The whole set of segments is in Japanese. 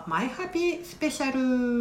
マイハピスペシャル。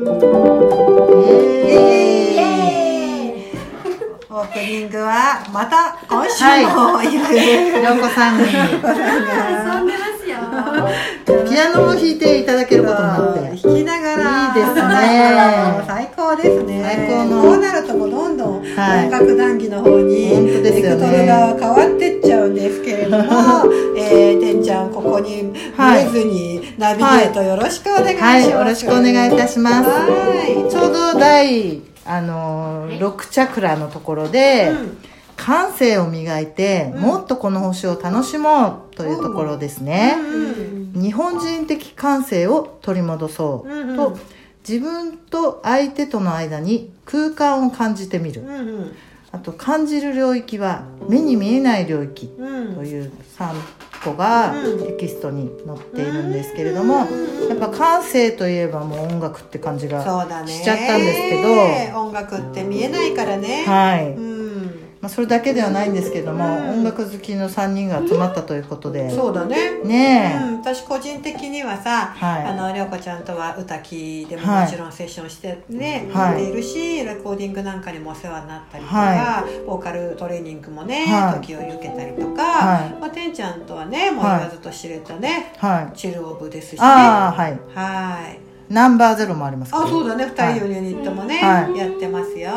オープニングはまた今週もいる、 涼子さんに遊んでますよ。 ピアノも弾いていただけることになって弾きながらいいですね。 最高ですね。 最高のこうなるともうどんどん音楽談義の方にベクトルが変わってっちゃうんですけれども、てんちゃんここにブレずにナビゲートよろしくお願いします。 はい、よろしくお願いいたします。ちょうど第6チャクラのところで、感性を磨いて、もっとこの星を楽しもうというところですね。日本人的感性を取り戻そうと、自分と相手との間に空間を感じてみる。あと感じる領域は目に見えない領域という3個がテキストに載っているんですけれども、やっぱ感性といえばもう音楽って感じがしちゃったんですけど、 音楽って見えないからね。 はい、それだけではないんですけども、音楽好きの3人が集まったということで、 そうだね。私個人的にはさ、涼子ちゃんとは歌きでももちろんセッションしてね、やっているし、レコーディングなんかにもお世話になったりとか、ボーカルトレーニングもね、時を受けたりとか、てんちゃんとはね、もう言わずと知れたね、チルオブですしね。ナンバーゼロもありますからね。そうだね、2人ユニットもね、やってますよ。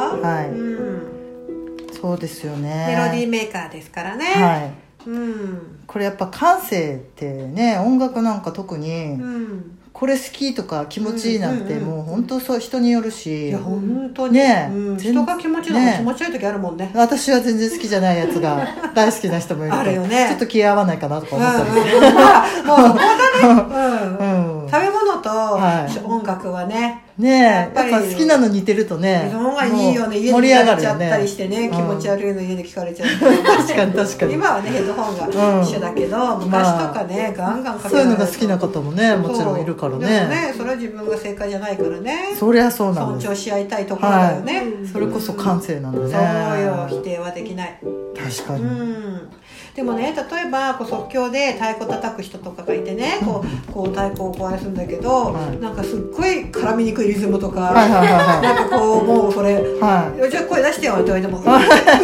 そうですよね。 メロディーメーカーですからね。 これやっぱ感性ってね、音楽なんか特に、これ好きとか気持ちいいなんてもう本当そう人によるし、 いや本当にね、人が気持ちいいのが気持ち悪い時あるもんね。 私は全然好きじゃないやつが大好きな人もいると、 あるよね、 ちょっと気合わないかなとか思ったり、 もうそこだね。食べ物と音楽はね、 やっぱ好きなの似てるとね、 その方がいいよね。家で聞かれちゃったりしてね、気持ち悪いの家で聞かれちゃう。 確かに確かに。 今はねヘッドホンが一緒だけど、昔とかねガンガンかけそういうのが好きな方もね、もちろんいるからね。 でもね、それは自分が正解じゃないからね。 そりゃそうなんです。 尊重し合いたいところだよね。 それこそ感性なんだね。 そうよ、否定はできない。 確かに。 でもね、例えば即興で太鼓叩く人とかがいてね、こう太鼓をこうあれするんだけど、なんかすっごい絡みにくいリズムとか、なんかこうもうそれ、じゃあ声出してよって言われても、な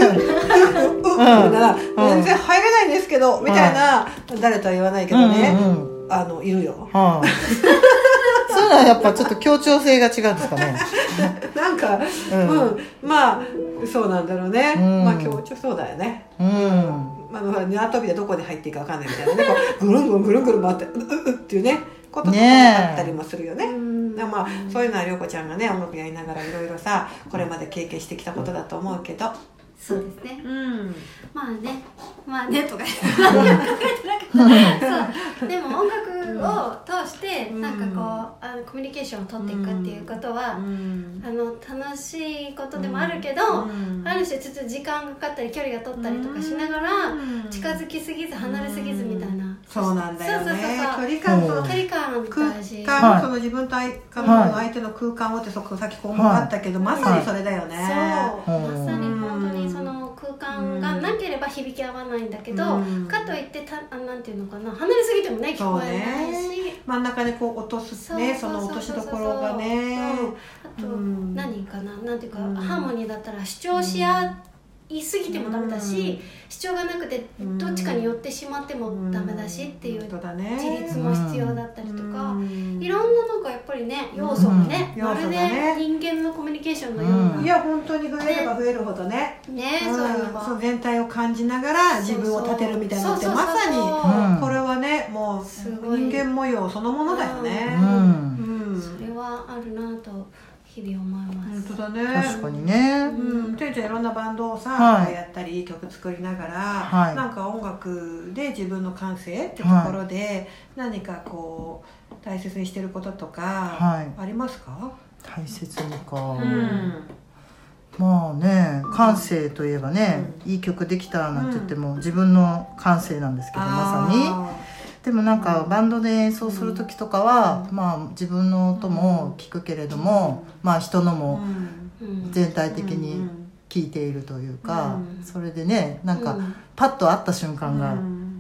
ら全然入れないんですけどみたいな、誰とは言わないけどね、いるよ。 そういうのはやっぱちょっと協調性が違うんですかね。 なんか、まあそうなんだろうね。まあ協調そうだよね。縄跳びでどこに入っていいか分かんないみたいなね、ぐるんぐるんぐるんぐるん回ってっていうねこととかもあったりもするよね。まあそういうのは涼子ちゃんがね音楽やりながらいろいろさこれまで経験してきたことだと思うけど。 そうですね。まあねとか何も考えてなかった。そう。でも音楽を通してなんかこうコミュニケーションを取っていくっていうことは楽しいことでもあるけど、ある種ちょっと時間がかかったり距離が取ったりとかしながら近づきすぎず離れすぎずみたいな。 そうなんだよね。距離感大事。 その自分と相手の空間をってそこさっき項目あったけど、まさにそれだよね。 そう。まさに本当にその空間がなければ響き合わないんだけど、かといってなんていうのかな、離れすぎてもね聞こえないし、 真ん中でこう落とすね、その落としどころがね。 あと何かな、なんていうかハーモニーだったら主張し合いすぎてもダメだし、主張がなくてどっちかに寄ってしまってもダメだしっていう自立も必要だったりとか、いろんなのがやっぱりね要素がね、まるで人間のコミュニケーションのような、 いや本当に増えれば増えるほどね、そう全体を感じながら自分を立てるみたいなのってまさにこれはねもう人間模様そのものだよね。 それはあるなと日々思います。 本当だね。 確かにね。 てんちゃんいろんなバンドをさ、やったり曲作りながら、なんか音楽で自分の感性ってところで、何かこう大切にしてることとかありますか？ 大切にか。まあね、感性といえばね、いい曲できたなんて言っても自分の感性なんですけど、まさに。でもなんかバンドで演奏する時とかは、まあ自分の音も聞くけれども、まあ人のも全体的に聞いているというか、それでね、なんかパッと会った瞬間が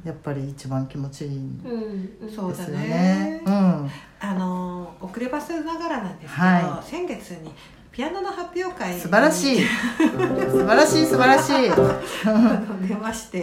やっぱり一番気持ちいいんですよね。 そうだね。遅ればせながらなんですけど、先月にピアノの発表会素晴らしい素晴らしい素晴らしい出まして、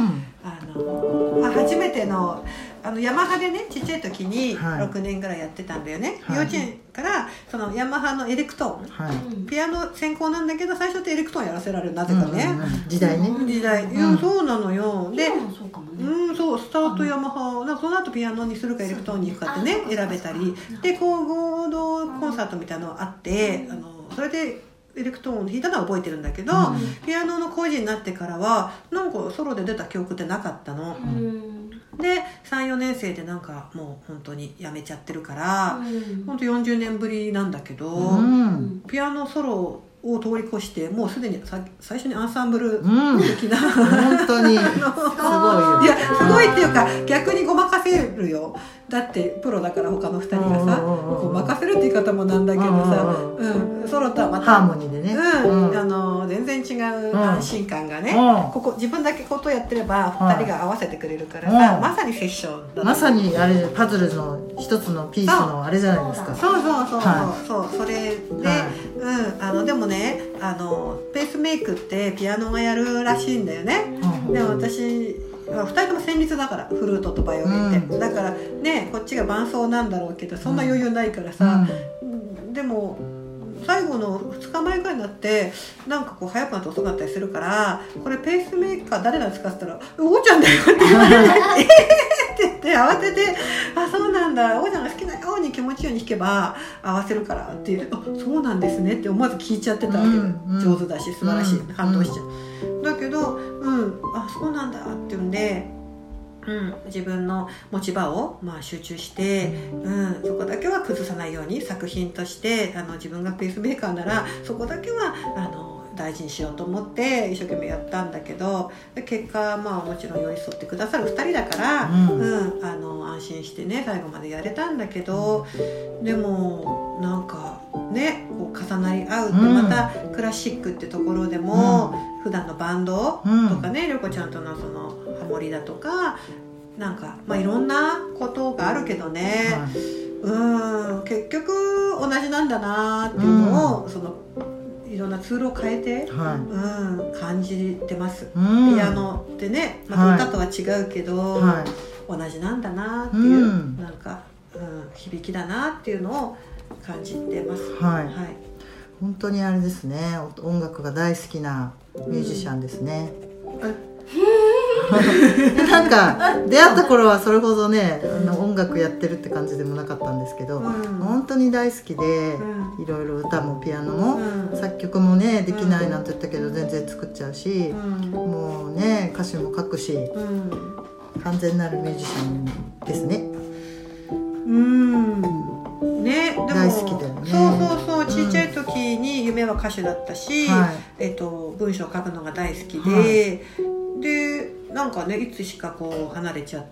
初めてのヤマハでね、ちっちゃい時に6年ぐらいやってたんだよね、幼稚園からそのヤマハのエレクトーン、ピアノ専攻なんだけど最初ってエレクトーンやらせられる、なぜかね、 時代ね、 時代、そうなのよ。で、そうスタートヤマハ、その後ピアノにするかエレクトーンに行くかってね選べたりで、合同コンサートみたいなのがあって、それでエレクトーンを弾いたのは覚えてるんだけど、ピアノの講師になってからはなんかソロで出た記憶ってなかったの。で 3,4 年生でなんかもう本当にやめちゃってるから、本当40年ぶりなんだけど、ピアノソロを通り越してもうすでに最初にアンサンブル的な、 本当にすごいよ。 いやすごいっていうか逆にごまかせるよ。だってプロだから他の2人がさ、こう任せるって言い方もなんだけどさ、ソロとはまたハーモニーでね、 全然違う安心感がね、ここ自分だけことやってれば2人が合わせてくれるからさ、まさにセッションだ、 まさにあれパズルの一つのピースのあれじゃないですか。 そうそれで、でもねペースメイクってピアノがやるらしいんだよね。でも私2人とも旋律だから、フルートとバイオリンって、だからねこっちが伴奏なんだろうけどそんな余裕ないからさ、でも最後の2日前ぐらいになってなんかこう早くなって遅かったりするから、これペースメーカー誰なんですかって言ったら「おーちゃんだよ」って言われて「って言って慌てて「あそうなんだ、おーちゃんが好きなように気持ちいいように弾けば合わせるから」って言って「あそうなんですね」って思わず聞いちゃってたわけで、上手だし素晴らしい、感動しちゃう。だけどあそうなんだって言うんで、自分の持ち場を集中して、そこだけは崩さないように作品として自分がペースメーカーならそこだけは大事にしようと思って一生懸命やったんだけど、結果もちろん寄り添ってくださる2人だから、安心してね最後までやれたんだけど、でもなんかねこう重なり合うって、またクラシックってところでも、普段のバンドとかね、りょこちゃんとのそのハモリだとかなんかいろんなことがあるけどね、結局同じなんだなっていうのを、そのいろんなツールを変えて、感じてます。ピアノってねまた歌とは違うけど、同じなんだなっていう、なんか、響きだなっていうのを感じてます。 本当にあれですね、音楽が大好きなミュージシャンですね。なんか出会った頃はそれほどね音楽やってるって感じでもなかったんですけど、本当に大好きで、いろいろ歌もピアノも、作曲もねできないなんて言ったけど全然作っちゃうし、もうね歌詞も書くし、完全なるミュージシャンですね。 ね、でも大好きだよね。 そうちっちゃい時に夢は歌手だったし、文章を書くのが大好きで、でなんかねいつしかこう離れちゃって、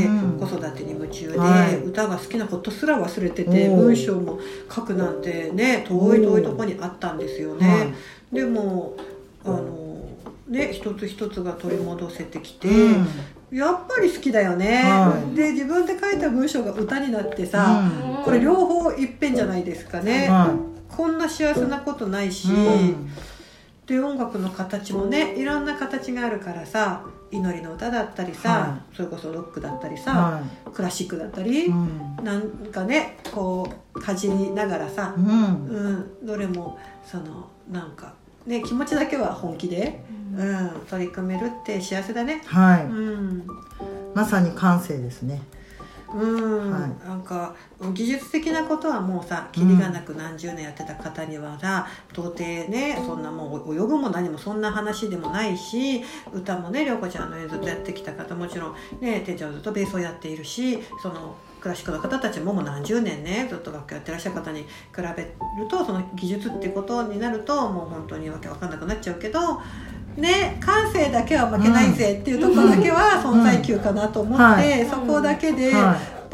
子育てに夢中で、歌が好きなことすら忘れてて、文章も書くなんてね遠いとこにあったんですよね。でもね一つ一つが取り戻せてきて、やっぱり好きだよね、で自分で書いた文章が歌になってさ、これ両方いっぺんじゃないですかね、こんな幸せなことないし、で音楽の形もねいろんな形があるからさ、祈りの歌だったりさ、それこそロックだったりさ、クラシックだったり、なんかねこうかじりながらさ、どれもそのなんかね気持ちだけは本気で、取り組めるって幸せだね。 まさに感性ですね。 なんか技術的なことはもうさキリがなく何十年やってた方にはさ、到底ねそんなもう泳ぐも何もそんな話でもないし、歌もねりょうこちゃんのずっとやってきた方もちろんねてんちゃんずっとベースをやっているし、そのクラシックの方たちももう何十年ねずっと楽器やってらっしゃる方に比べると、その技術っていうことになるともう本当にわけわかんなくなっちゃうけどね、感性だけは負けないぜっていうところだけは存在級かなと思って、そこだけでバ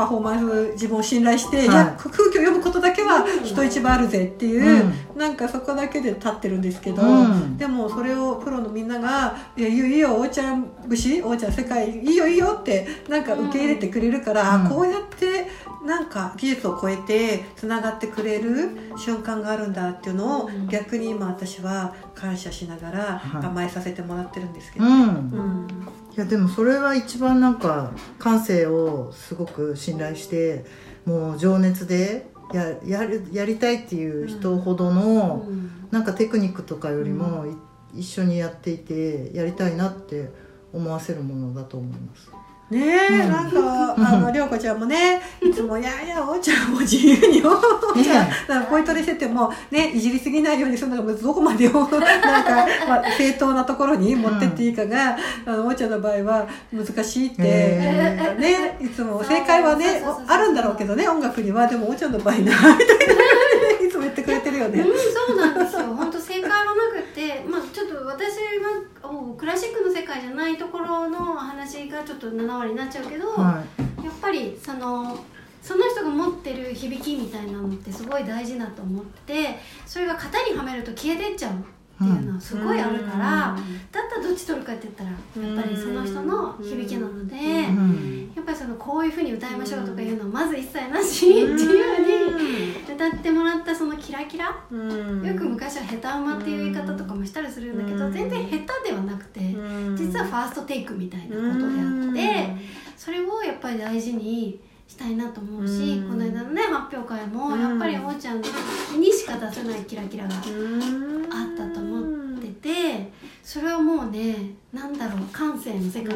パフォーマンス自分を信頼して、いや空気を読むことだけは人一倍あるぜっていう、なんかそこだけで立ってるんですけど、でもそれをプロのみんなが「いやいいよおーちゃん節、おーちゃん世界いいよいいよ」ってなんか受け入れてくれるから、こうやってなんか技術を超えてつながってくれる瞬間があるんだっていうのを、逆に今私は感謝しながら甘えさせてもらってるんですけど、 いやでもそれは一番なんか感性をすごく信頼してもう情熱でやりたいっていう人ほどのなんかテクニックとかよりも一緒にやっていてやりたいなって思わせるものだと思いますねえ、なんか涼子ちゃんもねいつも「いやいやおーちゃんも自由におーちゃん」なんかポイントでしててもねいじりすぎないようにするのがどこまでをなんか、正当なところに持ってっていいかが、おーちゃんの場合は難しいって、ね、いつも正解はねあるんだろうけどね音楽には。でもおーちゃんの場合なみたいな。いつも言ってくれてるよね。 そうなんですよ。本当正解はなくて、ちょっと私はクラシックの世界じゃないところの話がちょっと7割になっちゃうけど、やっぱりその人が持ってる響きみたいなのってすごい大事だと思ってて、それが型にはめると消えてっちゃうっていうのはすごいあるから、だったらどっち取るかって言ったらやっぱりその人の響きなので、やっぱりこういう風に歌いましょうとかいうのはまず一切なしに自由に歌ってもらったそのキラキラ、よく昔は下手馬っていう言い方とかもしたりするんだけど、全然下手ではなくて実はファーストテイクみたいなことであって、それをやっぱり大事にしたいなと思うし、この間のね発表会もやっぱりおーちゃんにしか出せないキラキラがあったと思ってて、それはもうねなんだろう感性の世界だから、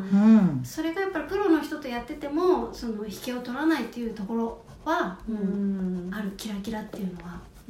それがやっぱりプロの人とやっててもその引けを取らないっていうところは、あるキラキラっていうの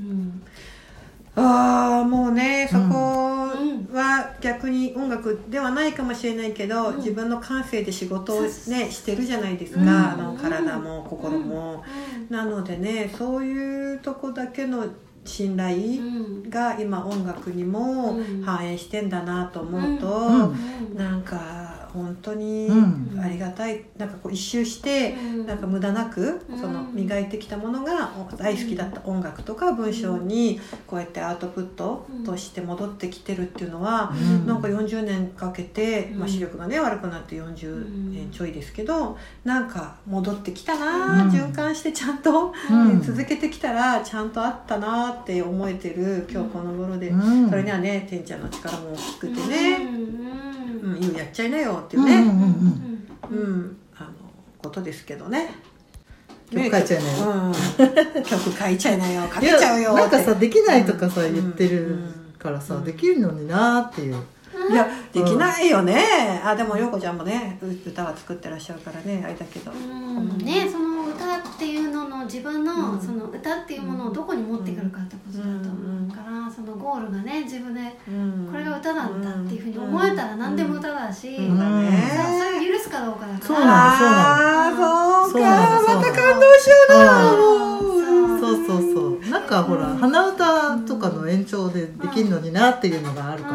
は、 もうねそこは逆に音楽ではないかもしれないけど、自分の感性で仕事をねしてるじゃないですか、体も心も、なのでねそういうとこだけの信頼が今音楽にも反映してんだなと思うと、なんか本当にありがたい、なんかこう一周してなんか無駄なくその磨いてきたものが大好きだった音楽とか文章にこうやってアウトプットとして戻ってきてるっていうのは、なんか40年かけて、視力がね悪くなって40年ちょいですけど、なんか戻ってきたな、循環してちゃんと、続けてきたらちゃんとあったなって思えてる今日この頃で、それにはねてんちゃんの力も大きくてね、やっちゃいなよっていうね、ことですけどね。 曲書いちゃいなよ、 曲書いちゃいなよ、書けちゃうよって。 なんかさできないとかさ言ってるからさ、できるのになっていう。 いやできないよね。でも陽子ちゃんもね歌は作ってらっしゃるからねあれだけど、 ね、その歌っていうのの自分のその歌っていうものをどこに持ってくるかってことだと思うから、そのゴールがね自分でこれが歌なんだっていうふうに思えたら何でも歌だし、それを許すかどうかだから。 そうなのそうか、また感動しちゃうな。 そうなんかほら鼻歌とかの延長でできるのになっていうのがあるから、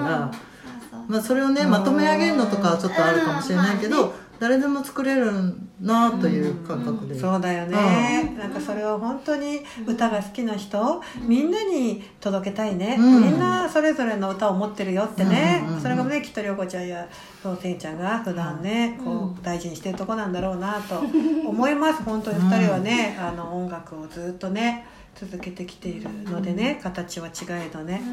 それをねまとめ上げるのとかはちょっとあるかもしれないけど、誰でも作れるなという感覚で、 そうだよね、なんかそれを本当に歌が好きな人、みんなに届けたいね、みんなそれぞれの歌を持ってるよってね、それがねきっと涼子ちゃんやせんちゃんが普段ね、こう大事にしてるとこなんだろうなと思います本当に2人はね、音楽をずっとね続けてきているのでね、形は違えどね、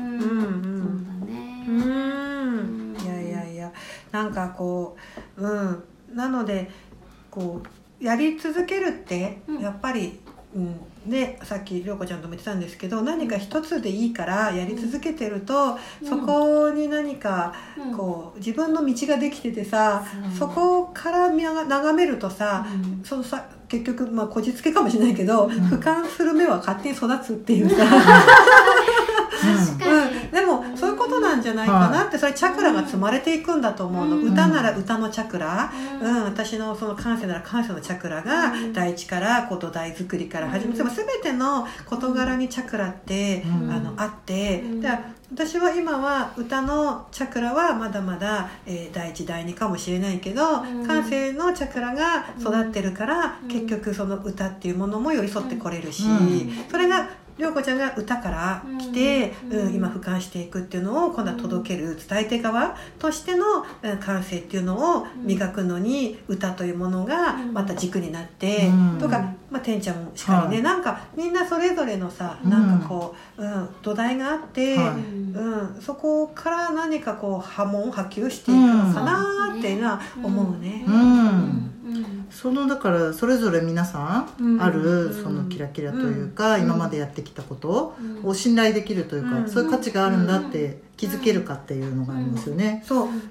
いやなんかこうなのでこうやり続けるってやっぱり、ね、さっき涼子ちゃんとも言ってたんですけど、何か一つでいいからやり続けてると、そこに何かこう自分の道ができててさ、そこから眺めるとさ、そのさ結局こじつけかもしれないけど、俯瞰する目は勝手に育つっていうかでもそういうことなんじゃないかなって、それりチャクラが積まれていくんだと思うの、歌なら歌のチャクラ、私のその感性なら感性のチャクラが第一から土台作りから始めて、全ての事柄にチャクラってあって、私は今は歌のチャクラはまだまだ、第一第二かもしれないけど、感性のチャクラが育ってるから、結局その歌っていうものも寄り添ってこれるし、それが涼子ちゃんが歌から来て、今俯瞰していくっていうのを今度は届ける伝え手側としての感性っていうのを磨くのに、歌というものがまた軸になって、とか、てんちゃんもしっかりね、なんかみんなそれぞれのさ、なんかこう、土台があって、そこから何かこう波及していくのかなっていうのは思うね。 だからそれぞれ皆さんあるそのキラキラというか、今までやってきたことを信頼できるというか、そういう価値があるんだって気づけるかっていうのがありますよね。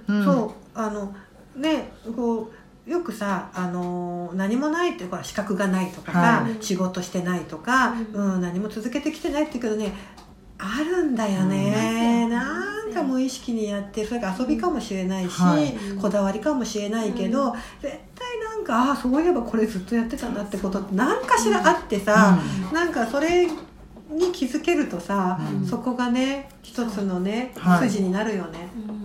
ね、こうよくさ、何もないっていうか、資格がないとかさ、仕事してないとか、何も続けてきてないって言うけどね、あるんだよね。なんか無意識にやって、それが遊びかもしれないし、こだわりかもしれないけど、絶対なんか、そういえばこれずっとやってたんだってことって何かしらあってさ、なんかそれに気づけるとさ、そこがね、一つのね、筋になるよね。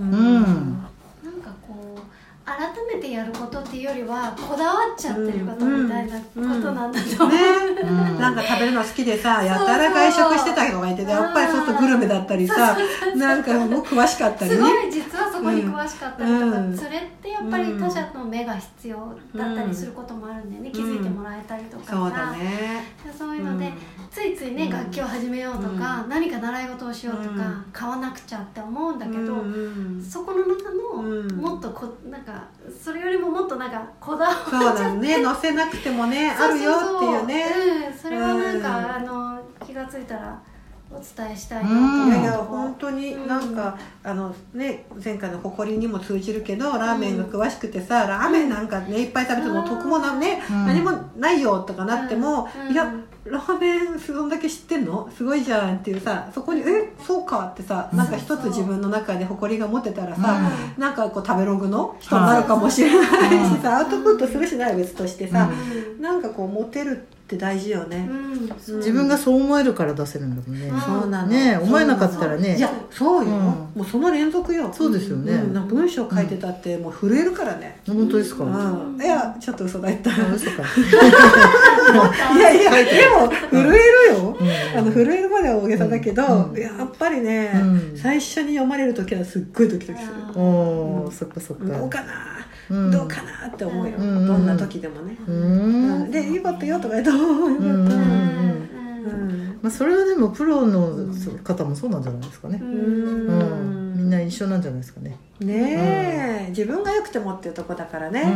改めてやることっていうよりはこだわっちゃってることみたいなことなんだと思う。 なんか食べるの好きでさ、やたら外食してた人がいて、やっぱりちょっとグルメだったりさ、なんかもう詳しかったりね。 すごい実はそこに詳しかったりとか、それってやっぱり他者の目が必要だったりすることもあるんだよね。気づいてもらえたりとかさ、 そうだね。 そういうのでついついね、楽器を始めようとか、何か習い事をしようとか、買わなくちゃって思うんだけど、そこの中のもっとなんかそれよりももっとなんかこだわっちゃって、 そうだね、載せなくてもね、あるよっていうね。 それはなんか気がついたらお伝えしたいなと思う。 いやいや本当になんか、ね、前回の誇りにも通じるけど、ラーメンが詳しくてさ、ラーメンなんかねいっぱい食べても得もね、何もないよとかなっても、いやラーメンそんだけ知ってんのすごいじゃんっていうさ、そこにそうかってさ、なんか一つ自分の中で誇りが持てたらさ、なんかこう食べログの人になるかもしれないしさ、アウトプットするしないは別としてさ、なんかこう持てるって大事よね。 自分がそう思えるから出せるんだもんね。 そうなのね、思えなかったらね。 いやそうよ、もうその連続よ。 そうですよね。 文章書いてたってもう震えるからね。 本当ですか。 いやちょっと嘘だった。 嘘か。 いやいやでも震えるよ。震えるまでは大げさだけど、やっぱりね、最初に読まれる時はすっごいドキドキする。 おお、そっかそっか。 どうかな、どうかなって思うよ。どんな時でもね。でいいことよとか言うと、 それはでもプロの方もそうなんじゃないですかね。みんな一緒なんじゃないですかね。 ねえ、自分が良くてもっていうとこだからね。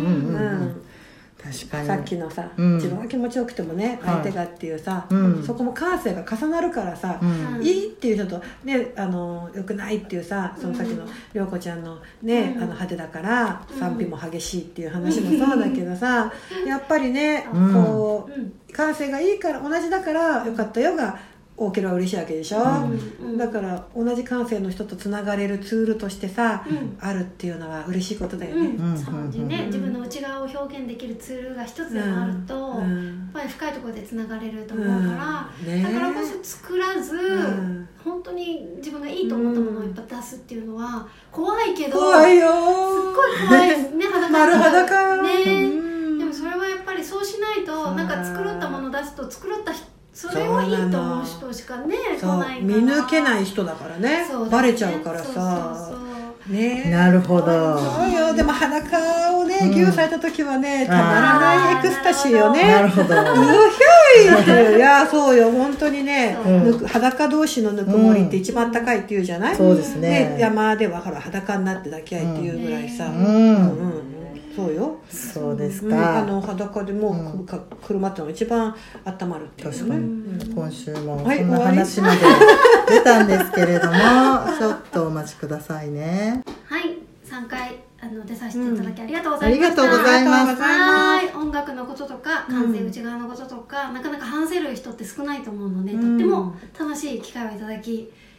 確かにさっきのさ、自分が気持ちよくてもね、相手がっていうさ、そこも感性が重なるからさ、いいっていう人とね、良くないっていうさ、そのさっきの涼子ちゃんのね、派手だから賛否も激しいっていう話もそうだけどさ、やっぱりね、こう感性がいいから同じだからよかったよが多ければ嬉しいわけでしょ。だから同じ感性の人とつながれるツールとしてさ、あるっていうのは嬉しいことだよね。 自分の内側を表現できるツールが一つでもあると、やっぱり深いところでつながれると思うから、だからこそ作らず、本当に自分がいいと思ったものをいっぱい出すっていうのは怖いけど、 怖いよ、 すっごい怖いですね。 丸裸ね。でもそれはやっぱりそうしないと、なんか作ったものを出すと、作った人それをいいと思う人しかね来ないから、 見抜けない人だからね、バレちゃうからさ。 なるほど。 そうよ。でも裸をね、牛された時はね、たまらないエクスタシーよね。 なるほど。 うひょいって。いやそうよ、本当にね、裸同士のぬくもりって一番高いって言うじゃない。 そうですね。 山ではほら裸になって抱き合いっていうぐらいさ。そうよ。 そうですか。 裸でもう車ってのが一番温まるっていうね。 確かに。今週もそんな話まで出たんですけれども、ちょっとお待ちくださいね。 はい、3回出させていただきありがとうございました。 ありがとうございます。 はい、音楽のこととか感性内側のこととか、なかなか話せる人って少ないと思うので、とっても楽しい機会をいただき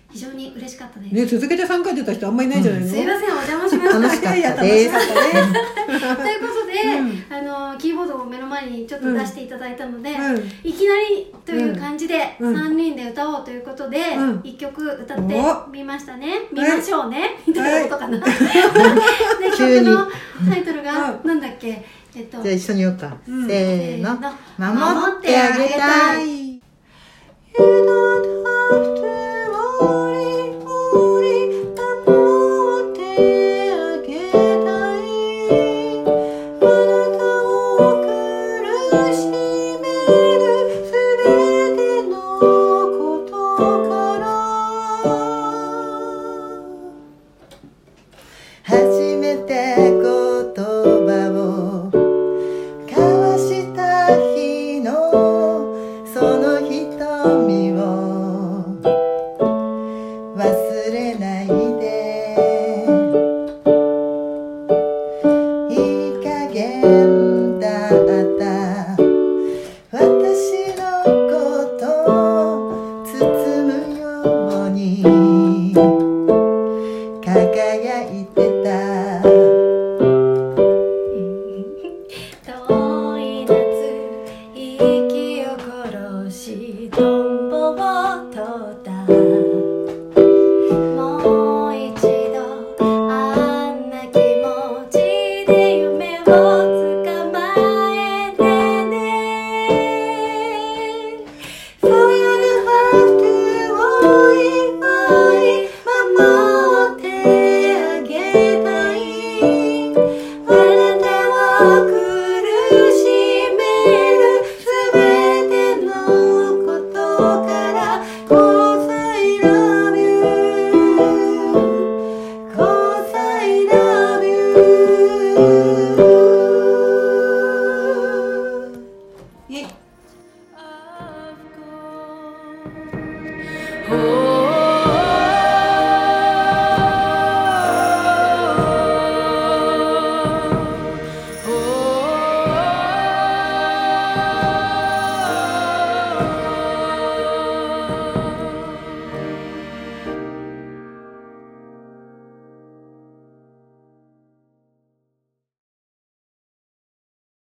非常に嬉しかったです。 ね、続けて3回出た人あんまりいないんじゃないの？ すいません、お邪魔しました。 楽しかったです。 ということで、キーボードを目の前にちょっと出していただいたので、いきなりという感じで3人で歌おうということで、1曲歌ってみましたね。見ましょうね。みたいなことかな。で、曲のタイトルがなんだっけ？ じゃあ一緒に言おうか。せーの。守ってあげたい。